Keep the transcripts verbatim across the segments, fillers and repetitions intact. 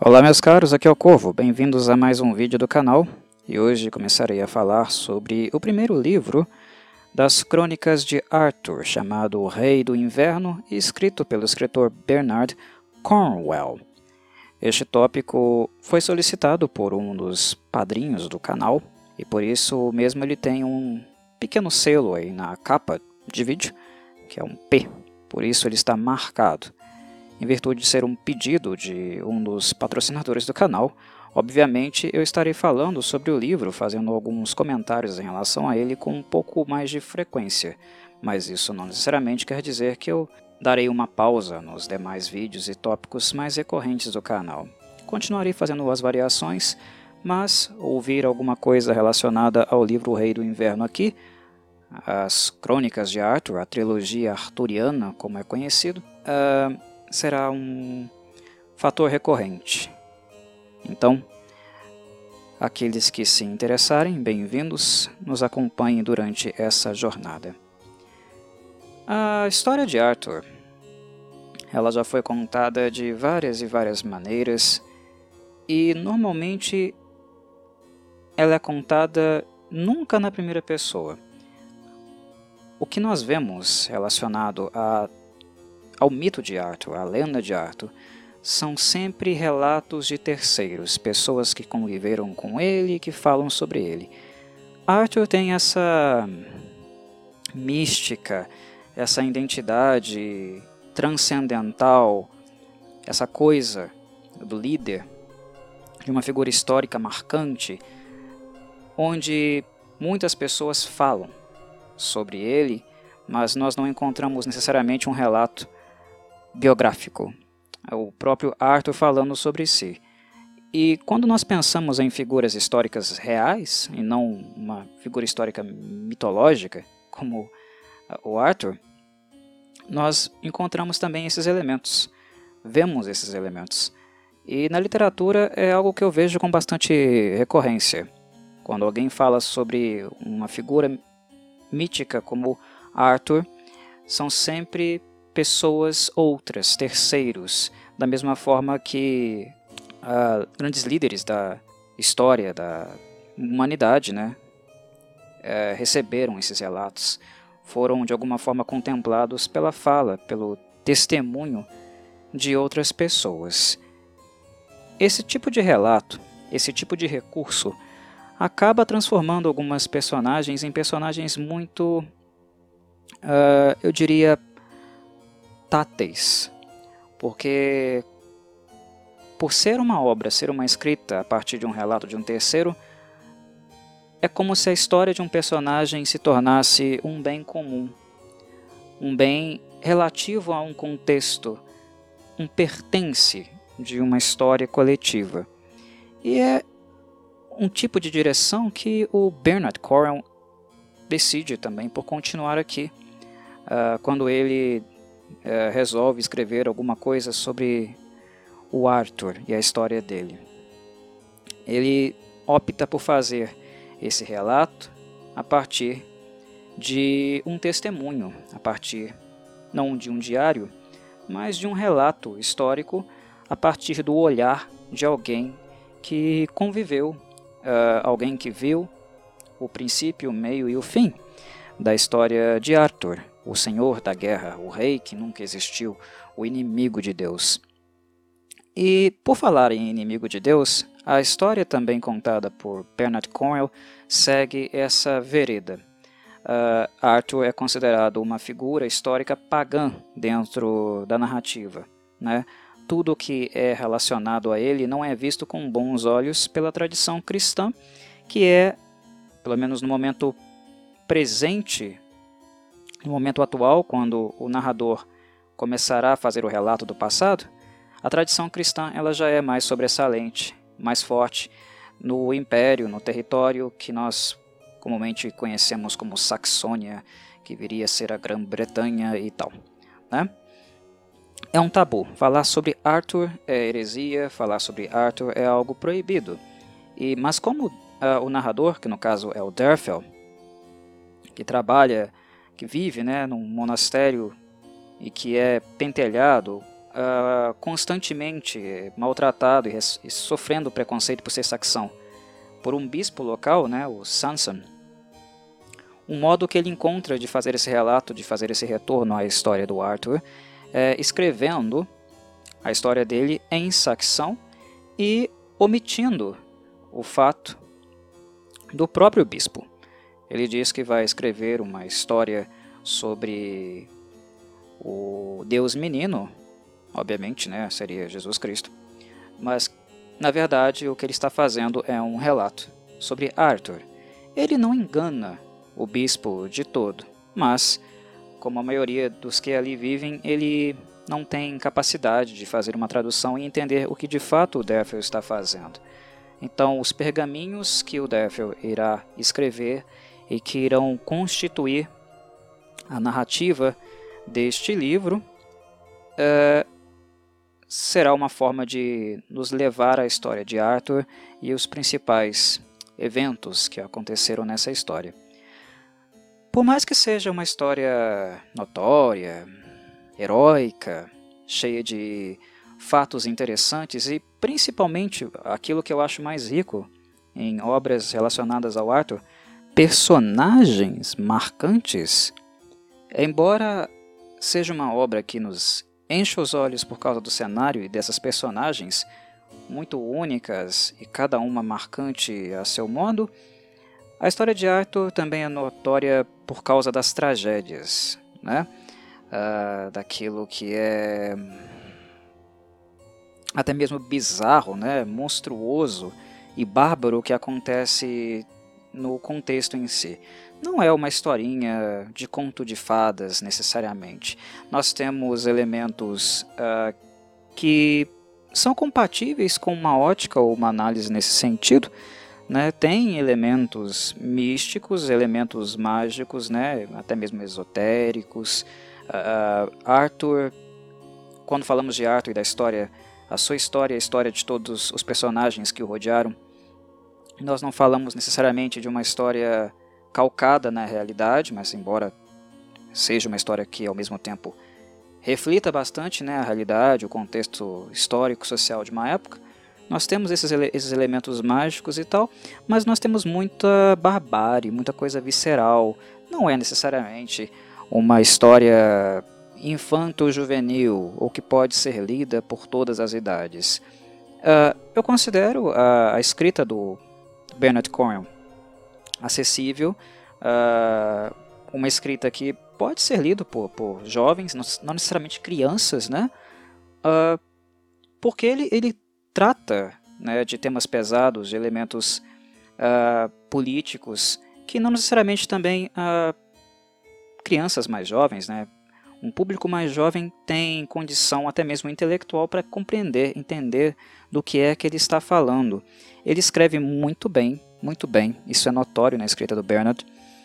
Olá meus caros, aqui é o Corvo, bem-vindos a mais um vídeo do canal e hoje começarei a falar sobre o primeiro livro das Crônicas de Arthur, chamado O Rei do Inverno, escrito pelo escritor Bernard Cornwell. Este tópico foi solicitado por um dos padrinhos do canal e por isso mesmo ele tem um pequeno selo aí na capa de vídeo, que é um P, por isso ele está marcado. Em virtude de ser um pedido de um dos patrocinadores do canal, obviamente eu estarei falando sobre o livro, fazendo alguns comentários em relação a ele com um pouco mais de frequência, mas isso não necessariamente quer dizer que eu darei uma pausa nos demais vídeos e tópicos mais recorrentes do canal. Continuarei fazendo as variações, mas ouvir alguma coisa relacionada ao livro O Rei do Inverno aqui, as Crônicas de Arthur, a trilogia arturiana, como é conhecido, uh, será um fator recorrente. Então, aqueles que se interessarem, bem-vindos, nos acompanhem durante essa jornada. A história de Arthur, ela já foi contada de várias e várias maneiras e normalmente ela é contada nunca na primeira pessoa. O que nós vemos relacionado a ao mito de Arthur, à lenda de Arthur, são sempre relatos de terceiros, pessoas que conviveram com ele e que falam sobre ele. Arthur tem essa mística, essa identidade transcendental, essa coisa do líder, de uma figura histórica marcante, onde muitas pessoas falam sobre ele, mas nós não encontramos necessariamente um relato biográfico, o próprio Arthur falando sobre si. E quando nós pensamos em figuras históricas reais, e não uma figura histórica mitológica, como o Arthur, nós encontramos também esses elementos, vemos esses elementos. E na literatura é algo que eu vejo com bastante recorrência. Quando alguém fala sobre uma figura mítica como Arthur, são sempre pessoas outras, terceiros, da mesma forma que uh, grandes líderes da história da humanidade, né, uh, receberam esses relatos, foram de alguma forma contemplados pela fala, pelo testemunho de outras pessoas. Esse tipo de relato, esse tipo de recurso, acaba transformando algumas personagens em personagens muito, uh, eu diria, táteis, porque por ser uma obra, ser uma escrita a partir de um relato de um terceiro, é como se a história de um personagem se tornasse um bem comum, um bem relativo a um contexto, um pertence de uma história coletiva. E é um tipo de direção que o Bernard Cornwell decide também por continuar aqui, uh, quando ele Uh, resolve escrever alguma coisa sobre o Arthur e a história dele. Ele opta por fazer esse relato a partir de um testemunho, a partir não de um diário, mas de um relato histórico a partir do olhar de alguém que conviveu, uh, alguém que viu o princípio, o meio e o fim da história de Arthur, o senhor da guerra, o rei que nunca existiu, o inimigo de Deus. E por falar em inimigo de Deus, a história também contada por Bernard Cornwell segue essa vereda. Uh, Arthur é considerado uma figura histórica pagã dentro da narrativa, né? Tudo que é relacionado a ele não é visto com bons olhos pela tradição cristã, que é, pelo menos no momento presente, no momento atual, quando o narrador começará a fazer o relato do passado, a tradição cristã ela já é mais sobressalente, mais forte no império, no território que nós comumente conhecemos como Saxônia, que viria a ser a Grã-Bretanha e tal, né? É um tabu. Falar sobre Arthur é heresia, falar sobre Arthur é algo proibido. E, mas como uh, o narrador, que no caso é o Derfel, que trabalha, que vive, né, num monastério e que é pentelhado uh, constantemente maltratado e, e sofrendo preconceito por ser saxão por um bispo local, né, o Sanson, um modo que ele encontra de fazer esse relato, de fazer esse retorno à história do Arthur, é escrevendo a história dele em saxão e omitindo o fato do próprio bispo. Ele diz que vai escrever uma história sobre o Deus menino, obviamente, né, seria Jesus Cristo, mas na verdade o que ele está fazendo é um relato sobre Arthur. Ele não engana o bispo de todo, mas, como a maioria dos que ali vivem, ele não tem capacidade de fazer uma tradução e entender o que de fato o Deffel está fazendo. Então, os pergaminhos que o Deffel irá escrever e que irão constituir a narrativa deste livro é, será uma forma de nos levar à história de Arthur e os principais eventos que aconteceram nessa história. Por mais que seja uma história notória, heróica, cheia de fatos interessantes e principalmente aquilo que eu acho mais rico em obras relacionadas ao Arthur, personagens marcantes, embora seja uma obra que nos enche os olhos por causa do cenário e dessas personagens muito únicas e cada uma marcante a seu modo, a história de Arthur também é notória por causa das tragédias, né? Uh, daquilo que é até mesmo bizarro, né? Monstruoso e bárbaro que acontece no contexto em si. Não é uma historinha de conto de fadas necessariamente. Nós temos elementos uh, que são compatíveis com uma ótica ou uma análise nesse sentido, né? Tem elementos místicos, elementos mágicos, né? Até mesmo esotéricos. Uh, Arthur, quando falamos de Arthur e da história, a sua história, a história de todos os personagens que o rodearam, nós não falamos necessariamente de uma história calcada na realidade, mas embora seja uma história que ao mesmo tempo reflita bastante, né, a realidade, o contexto histórico, social de uma época, nós temos esses, ele esses elementos mágicos e tal, mas nós temos muita barbárie, muita coisa visceral. Não é necessariamente uma história infanto-juvenil ou que pode ser lida por todas as idades. Uh, eu considero a, a escrita do Bernard Cornwell acessível, uh, uma escrita que pode ser lida por, por jovens, não, não necessariamente crianças, né? Uh, porque ele, ele trata, né, de temas pesados, de elementos uh, políticos, que não necessariamente também uh, crianças mais jovens, né? Um público mais jovem tem condição até mesmo intelectual para compreender, entender do que é que ele está falando. Ele escreve muito bem, muito bem, isso é notório na escrita do Bernard.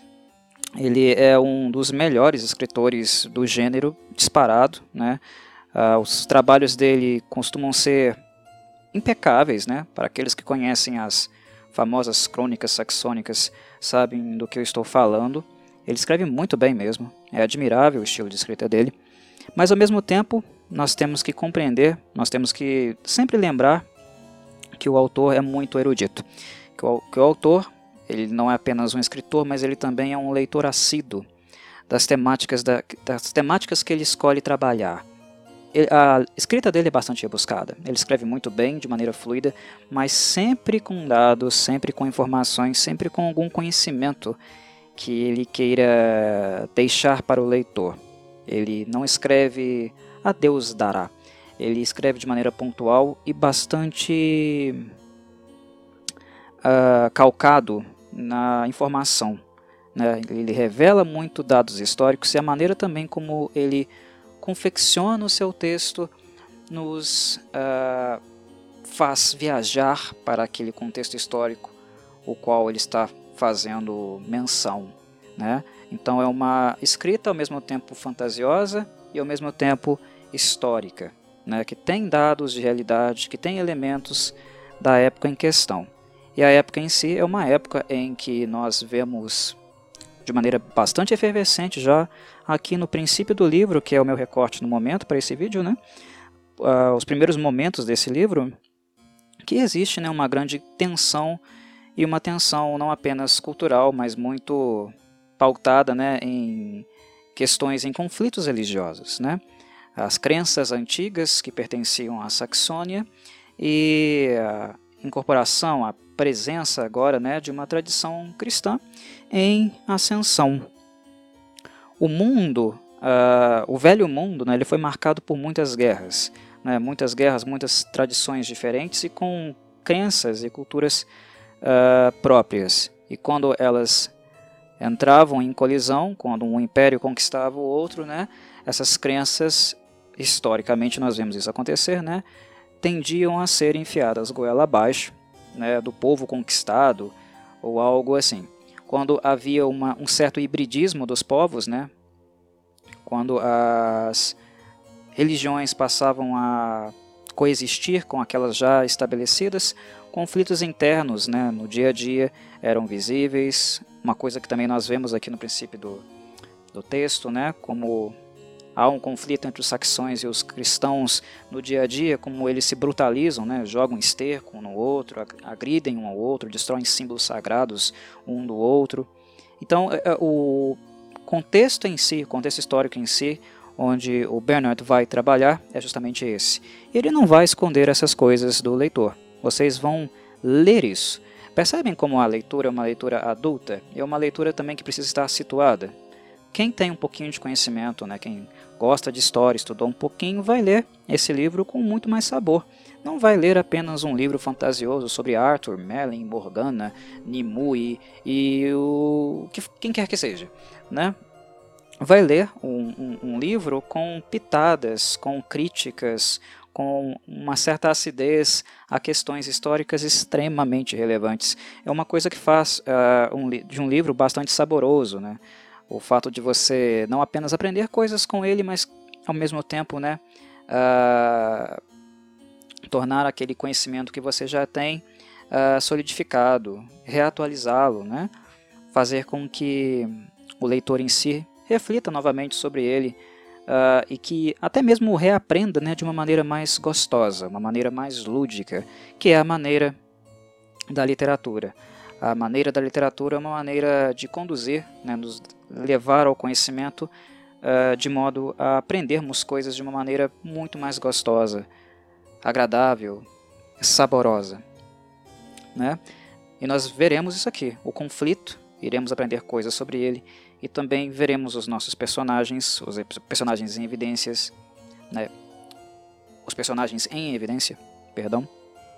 Ele é um dos melhores escritores do gênero, disparado, né? Uh, os trabalhos dele costumam ser impecáveis, né? Para aqueles que conhecem as famosas crônicas saxônicas, sabem do que eu estou falando. Ele escreve muito bem mesmo, é admirável o estilo de escrita dele, mas ao mesmo tempo nós temos que compreender, nós temos que sempre lembrar que o autor é muito erudito, que o, que o autor ele não é apenas um escritor, mas ele também é um leitor assíduo das temáticas, da, das temáticas que ele escolhe trabalhar. Ele, a escrita dele é bastante rebuscada, ele escreve muito bem, de maneira fluida, mas sempre com dados, sempre com informações, sempre com algum conhecimento que ele queira deixar para o leitor. Ele não escreve a Deus dará. Ele escreve de maneira pontual e bastante uh, calcado na informação, né? Ele revela muito dados históricos e a maneira também como ele confecciona o seu texto nos uh, faz viajar para aquele contexto histórico o qual ele está fazendo menção, né? Então é uma escrita ao mesmo tempo fantasiosa e ao mesmo tempo histórica, né? Que tem dados de realidade, que tem elementos da época em questão. E a época em si é uma época em que nós vemos de maneira bastante efervescente já aqui no princípio do livro, que é o meu recorte no momento para esse vídeo, né? uh, os primeiros momentos desse livro que existe, né, uma grande tensão, e uma tensão não apenas cultural, mas muito pautada, né, em questões, em conflitos religiosos, né? As crenças antigas que pertenciam à Saxônia e a incorporação, a presença agora, né, de uma tradição cristã em ascensão. O mundo, uh, o velho mundo, né, ele foi marcado por muitas guerras, né, muitas guerras, muitas tradições diferentes e com crenças e culturas uh, próprias. E quando elas entravam em colisão, quando um império conquistava o outro, né, essas crenças, historicamente nós vemos isso acontecer, né, tendiam a ser enfiadas goela abaixo, né, do povo conquistado ou algo assim. Quando havia uma, um certo hibridismo dos povos, né, quando as religiões passavam a coexistir com aquelas já estabelecidas, conflitos internos, né, no dia a dia eram visíveis. Uma coisa que também nós vemos aqui no princípio do, do texto, né, como há um conflito entre os saxões e os cristãos no dia a dia, como eles se brutalizam, né, jogam esterco um no outro, agridem um ao outro, destroem símbolos sagrados um do outro. Então, o contexto em si, o contexto histórico em si, onde o Bernard vai trabalhar, é justamente esse. Ele não vai esconder essas coisas do leitor. Vocês vão ler isso. Percebem como a leitura é uma leitura adulta? É uma leitura também que precisa estar situada. Quem tem um pouquinho de conhecimento, né, quem gosta de história, estudou um pouquinho, vai ler esse livro com muito mais sabor. Não vai ler apenas um livro fantasioso sobre Arthur, Merlin, Morgana, Nimue e o que, quem quer que seja, né? Vai ler um, um, um livro com pitadas, com críticas, com uma certa acidez a questões históricas extremamente relevantes. É uma coisa que faz uh, um, de um livro bastante saboroso, né? O fato de você não apenas aprender coisas com ele, mas ao mesmo tempo, né, uh, tornar aquele conhecimento que você já tem uh, solidificado, reatualizá-lo, né, fazer com que o leitor em si reflita novamente sobre ele uh, e que até mesmo o reaprenda, né, de uma maneira mais gostosa, uma maneira mais lúdica, que é a maneira da literatura. A maneira da literatura é uma maneira de conduzir, né, nos levar ao conhecimento uh, de modo a aprendermos coisas de uma maneira muito mais gostosa, agradável, saborosa, né? E nós veremos isso aqui, o conflito, iremos aprender coisas sobre ele e também veremos os nossos personagens, os personagens em evidências, né? Os personagens em evidência, perdão,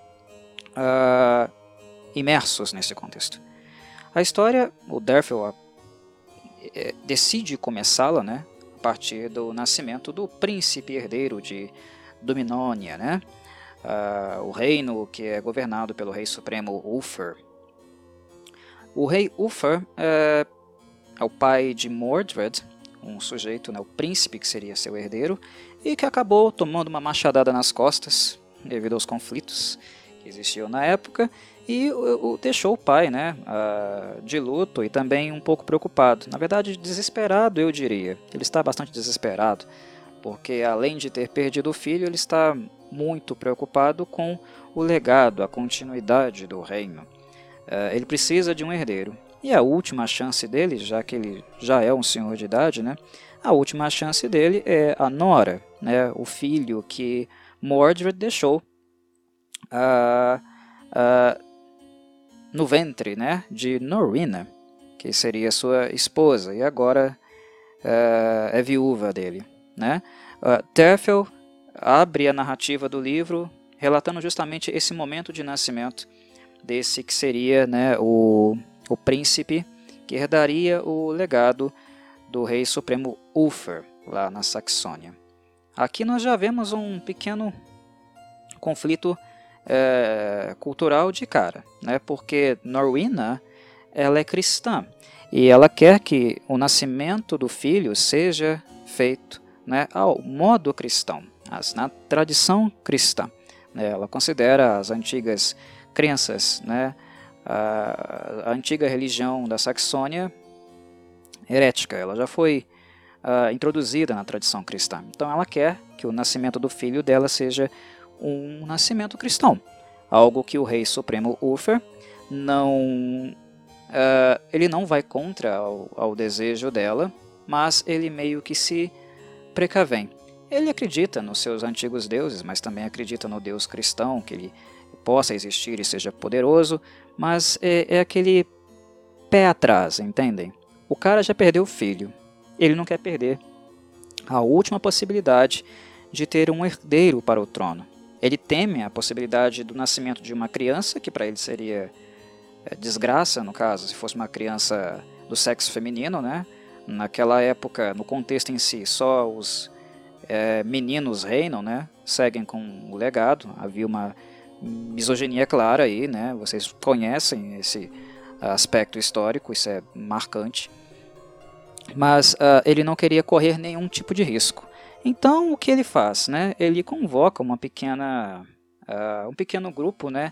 uh, imersos nesse contexto. A história, o Derfel é, decide começá-la, né, a partir do nascimento do príncipe herdeiro de Dominónia, né, uh, o reino que é governado pelo rei supremo Ulfr. O rei Ulfr é, é o pai de Mordred, um sujeito, né, o príncipe que seria seu herdeiro, e que acabou tomando uma machadada nas costas devido aos conflitos que existiam na época, e o, o deixou o pai, né, uh, de luto e também um pouco preocupado. Na verdade, desesperado, eu diria. Ele está bastante desesperado, porque além de ter perdido o filho, ele está muito preocupado com o legado, a continuidade do reino. Uh, ele precisa de um herdeiro. E a última chance dele, já que ele já é um senhor de idade, né, a última chance dele é a Nora, né, o filho que Mordred deixou uh, uh, no ventre, né, de Norina, que seria sua esposa, e agora uh, é viúva dele, né? Uh, Derfel abre a narrativa do livro relatando justamente esse momento de nascimento desse que seria, né, o, o príncipe que herdaria o legado do rei supremo Ulfr, lá na Saxônia. Aqui nós já vemos um pequeno conflito é, cultural de cara, né? Porque Norwina, ela é cristã e ela quer que o nascimento do filho seja feito, né, ao modo cristão, na tradição cristã, né? Ela considera as antigas crenças, né, a, a antiga religião da Saxônia herética. Ela já foi uh, introduzida na tradição cristã. Então ela quer que o nascimento do filho dela seja um nascimento cristão, algo que o rei supremo Uther não, uh, ele não vai contra ao, ao desejo dela, mas ele meio que se precavém. Ele acredita nos seus antigos deuses, mas também acredita no Deus cristão, que ele possa existir e seja poderoso, mas é, é aquele pé atrás, entendem? O cara já perdeu o filho, ele não quer perder a última possibilidade de ter um herdeiro para o trono. Ele teme a possibilidade do nascimento de uma criança, que para ele seria é, desgraça, no caso, se fosse uma criança do sexo feminino, né? Naquela época, no contexto em si, só os é, meninos reinam, né? Seguem com o legado. Havia uma misoginia clara aí, né? Vocês conhecem esse aspecto histórico, isso é marcante. Mas uh, ele não queria correr nenhum tipo de risco. Então o que ele faz, né? Ele convoca uma pequena, uh, um pequeno grupo, né,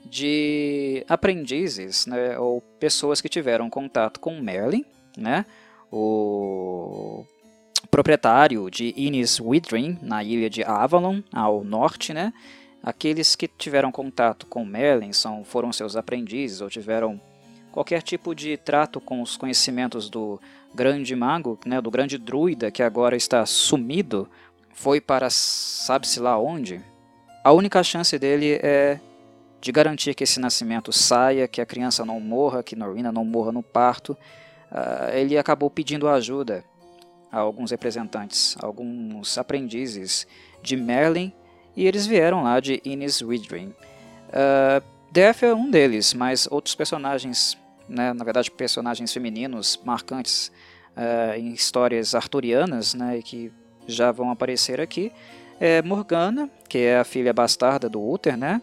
de aprendizes, né, ou pessoas que tiveram contato com Merlin, né, o proprietário de Innis Withering, na ilha de Avalon, ao norte, né. Aqueles que tiveram contato com Merlin são, foram seus aprendizes ou tiveram qualquer tipo de trato com os conhecimentos do grande mago, né, do grande druida que agora está sumido, foi para sabe-se lá onde. A única chance dele é de garantir que esse nascimento saia, que a criança não morra, que Norina não morra no parto. Uh, ele acabou pedindo ajuda a alguns representantes, alguns aprendizes de Merlin, e eles vieram lá de Innis Withering. Uh, Death é um deles, mas outros personagens, né, na verdade personagens femininos marcantes uh, em histórias arturianas, né, que já vão aparecer aqui, é Morgana, que é a filha bastarda do Uther, né?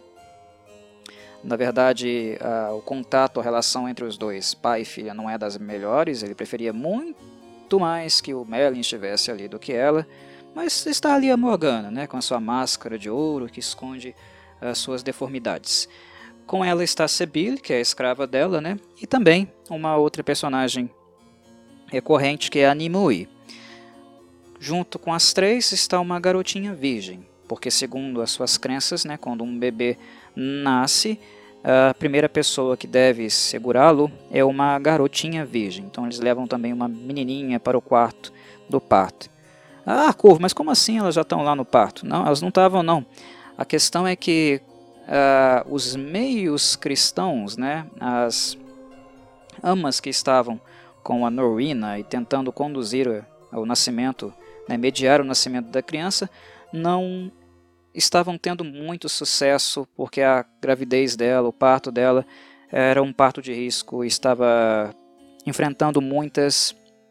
Na verdade, uh, o contato, a relação entre os dois, pai e filha, não é das melhores, ele preferia muito mais que o Merlin estivesse ali do que ela, mas está ali a Morgana, né, com a sua máscara de ouro que esconde as suas deformidades. Com ela está Sebille, que é a escrava dela, né? E também uma outra personagem recorrente, que é a Nimue. Junto com as três está uma garotinha virgem, porque segundo as suas crenças, né, quando um bebê nasce, a primeira pessoa que deve segurá-lo é uma garotinha virgem. Então eles levam também uma menininha para o quarto do parto. Ah, Corvo, mas como assim elas já estão lá no parto? Não, elas não estavam não. A questão é que Uh, os meios cristãos, né, as amas que estavam com a Norina e tentando conduzir o nascimento, né, mediar o nascimento da criança, não estavam tendo muito sucesso, porque a gravidez dela, o parto dela, era um parto de risco e estava enfrentando muitas,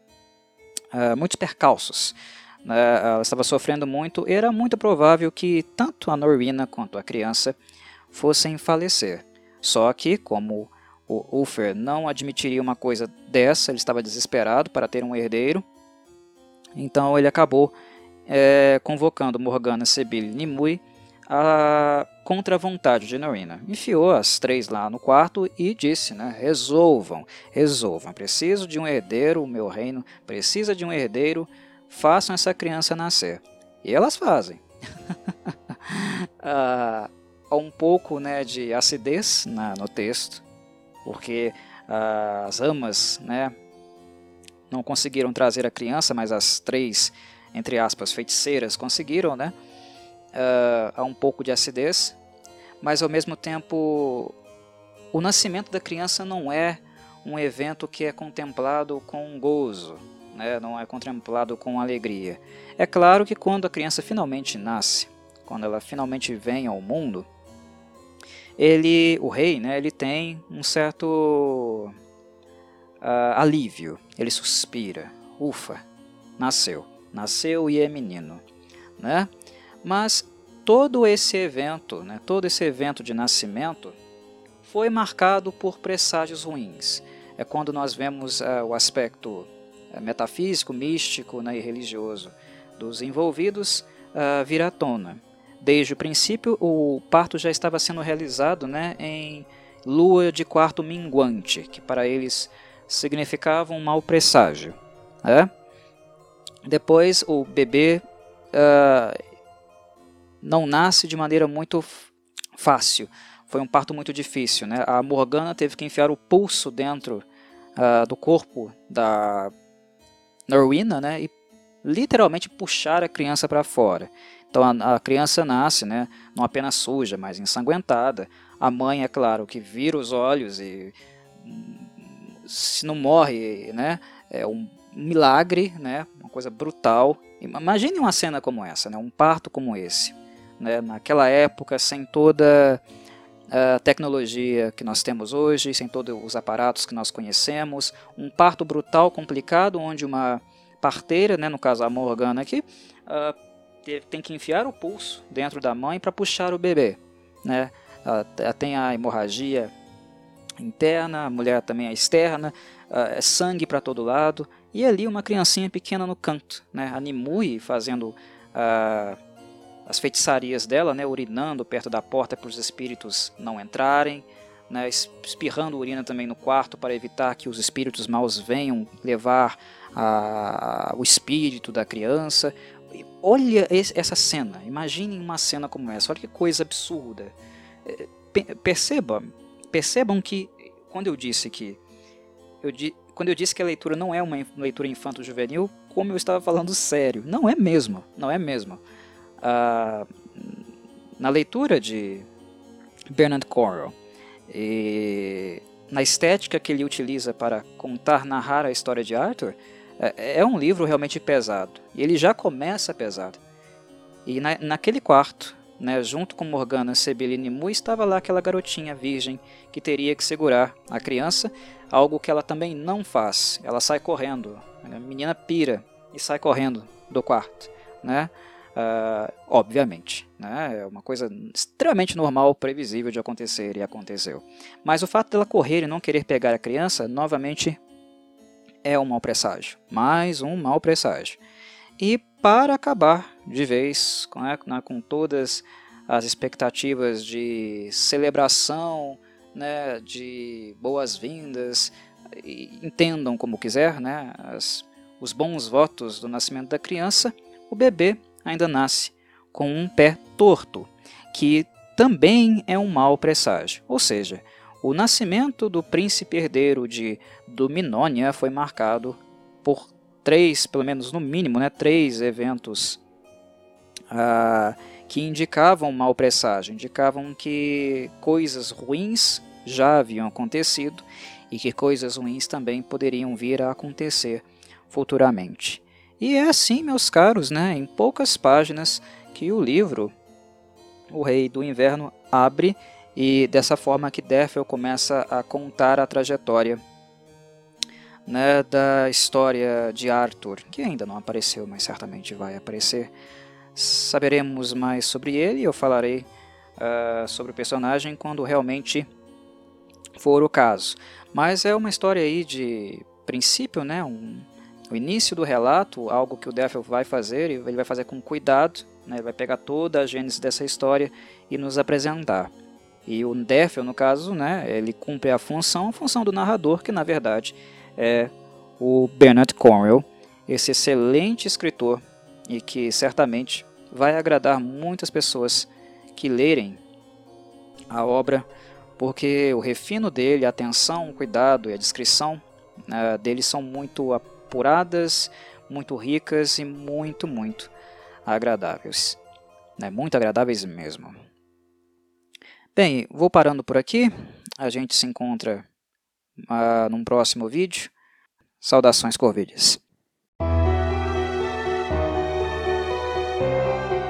uh, muitos percalços. Uh, ela estava sofrendo muito, e era muito provável que tanto a Norina quanto a criança fossem falecer. Só que, como o Uther não admitiria uma coisa dessa, ele estava desesperado para ter um herdeiro, então ele acabou é, convocando Morgana, Sebille e Nimue a, contra a vontade de Norina. Enfiou as três lá no quarto e disse, né, resolvam, resolvam, preciso de um herdeiro, o meu reino precisa de um herdeiro, façam essa criança nascer. E elas fazem. ah, Há um pouco, né, de acidez na, no texto, porque uh, as amas, né, não conseguiram trazer a criança, mas as três, entre aspas, feiticeiras conseguiram, né? Uh, há um pouco de acidez, mas ao mesmo tempo o nascimento da criança não é um evento que é contemplado com gozo, né, não é contemplado com alegria. É claro que quando a criança finalmente nasce, quando ela finalmente vem ao mundo, ele, o rei, né, ele tem um certo uh, alívio, ele suspira, ufa, nasceu, nasceu e é menino, né? Mas todo esse evento, né, todo esse evento de nascimento foi marcado por presságios ruins. É quando nós vemos uh, o aspecto uh, metafísico, místico, né, e religioso dos envolvidos uh, vir à tona. Desde o princípio, o parto já estava sendo realizado, né, em lua de quarto minguante, que para eles significava um mau presságio. Né? Depois o bebê uh, não nasce de maneira muito fácil. Foi um parto muito difícil, né? A Morgana teve que enfiar o pulso dentro uh, do corpo da Rowena, né? E literalmente puxar a criança para fora. Então a, a criança nasce, né? Não apenas suja, mas ensanguentada. A mãe, é claro, que vira os olhos e se não morre, né? É um milagre, né? Uma coisa brutal. Imagine uma cena como essa, né? Um parto como esse, né? Naquela época, sem toda a tecnologia que nós temos hoje, sem todos os aparatos que nós conhecemos, um parto brutal, complicado, onde uma parteira, né, no caso a Morgana aqui, uh, tem que enfiar o pulso dentro da mãe para puxar o bebê, né? Uh, tem a hemorragia interna, a mulher também é externa, uh, é sangue para todo lado, e ali uma criancinha pequena no canto, né? A Nimue fazendo uh, as feitiçarias dela, né, urinando perto da porta para os espíritos não entrarem, né, espirrando urina também no quarto para evitar que os espíritos maus venham levar a, a, o espírito da criança. Olha esse, essa cena, imaginem uma cena como essa, olha que coisa absurda. Percebam, percebam que quando eu disse que eu di, quando eu disse que a leitura não é uma leitura infanto-juvenil, como eu estava falando sério, não é mesmo, não é mesmo. Uh, na leitura de Bernard Cornwell e na estética que ele utiliza para contar, narrar a história de Arthur, é, é um livro realmente pesado, e ele já começa pesado. E na, naquele quarto, né, junto com Morgana, Sebille e Nimue, estava lá aquela garotinha virgem que teria que segurar a criança, algo que ela também não faz. Ela sai correndo, a menina pira e sai correndo do quarto, né? Uh, obviamente, né? É uma coisa extremamente normal, previsível de acontecer, e aconteceu. Mas o fato dela correr e não querer pegar a criança, novamente, é um mau presságio. Mais um mau presságio. E para acabar de vez, né, com todas as expectativas de celebração, né, de boas-vindas, entendam como quiser, né, as, os bons votos do nascimento da criança, o bebê ainda nasce com um pé torto, que também é um mau presságio. Ou seja, o nascimento do príncipe herdeiro de Dominónia foi marcado por três, pelo menos no mínimo, né, três eventos ah, que indicavam mau presságio, indicavam que coisas ruins já haviam acontecido e que coisas ruins também poderiam vir a acontecer futuramente. E é assim, meus caros, né, em poucas páginas, que o livro, O Rei do Inverno, abre, e dessa forma que Derfel começa a contar a trajetória, né, da história de Arthur, que ainda não apareceu, mas certamente vai aparecer. Saberemos mais sobre ele, eu falarei uh, sobre o personagem quando realmente for o caso. Mas é uma história aí de princípio, né, um... o início do relato, algo que o Derfel vai fazer, e ele vai fazer com cuidado, né? Ele vai pegar toda a gênese dessa história e nos apresentar. E o Derfel, no caso, né, ele cumpre a função, a função do narrador, que na verdade é o Bernard Cornwell, esse excelente escritor, e que certamente vai agradar muitas pessoas que lerem a obra, porque o refino dele, a atenção, o cuidado e a descrição uh, dele são muito apuradas, muito ricas e muito, muito agradáveis, né? Muito agradáveis mesmo. Bem, vou parando por aqui, a gente se encontra uh, num próximo vídeo. Saudações Corvides.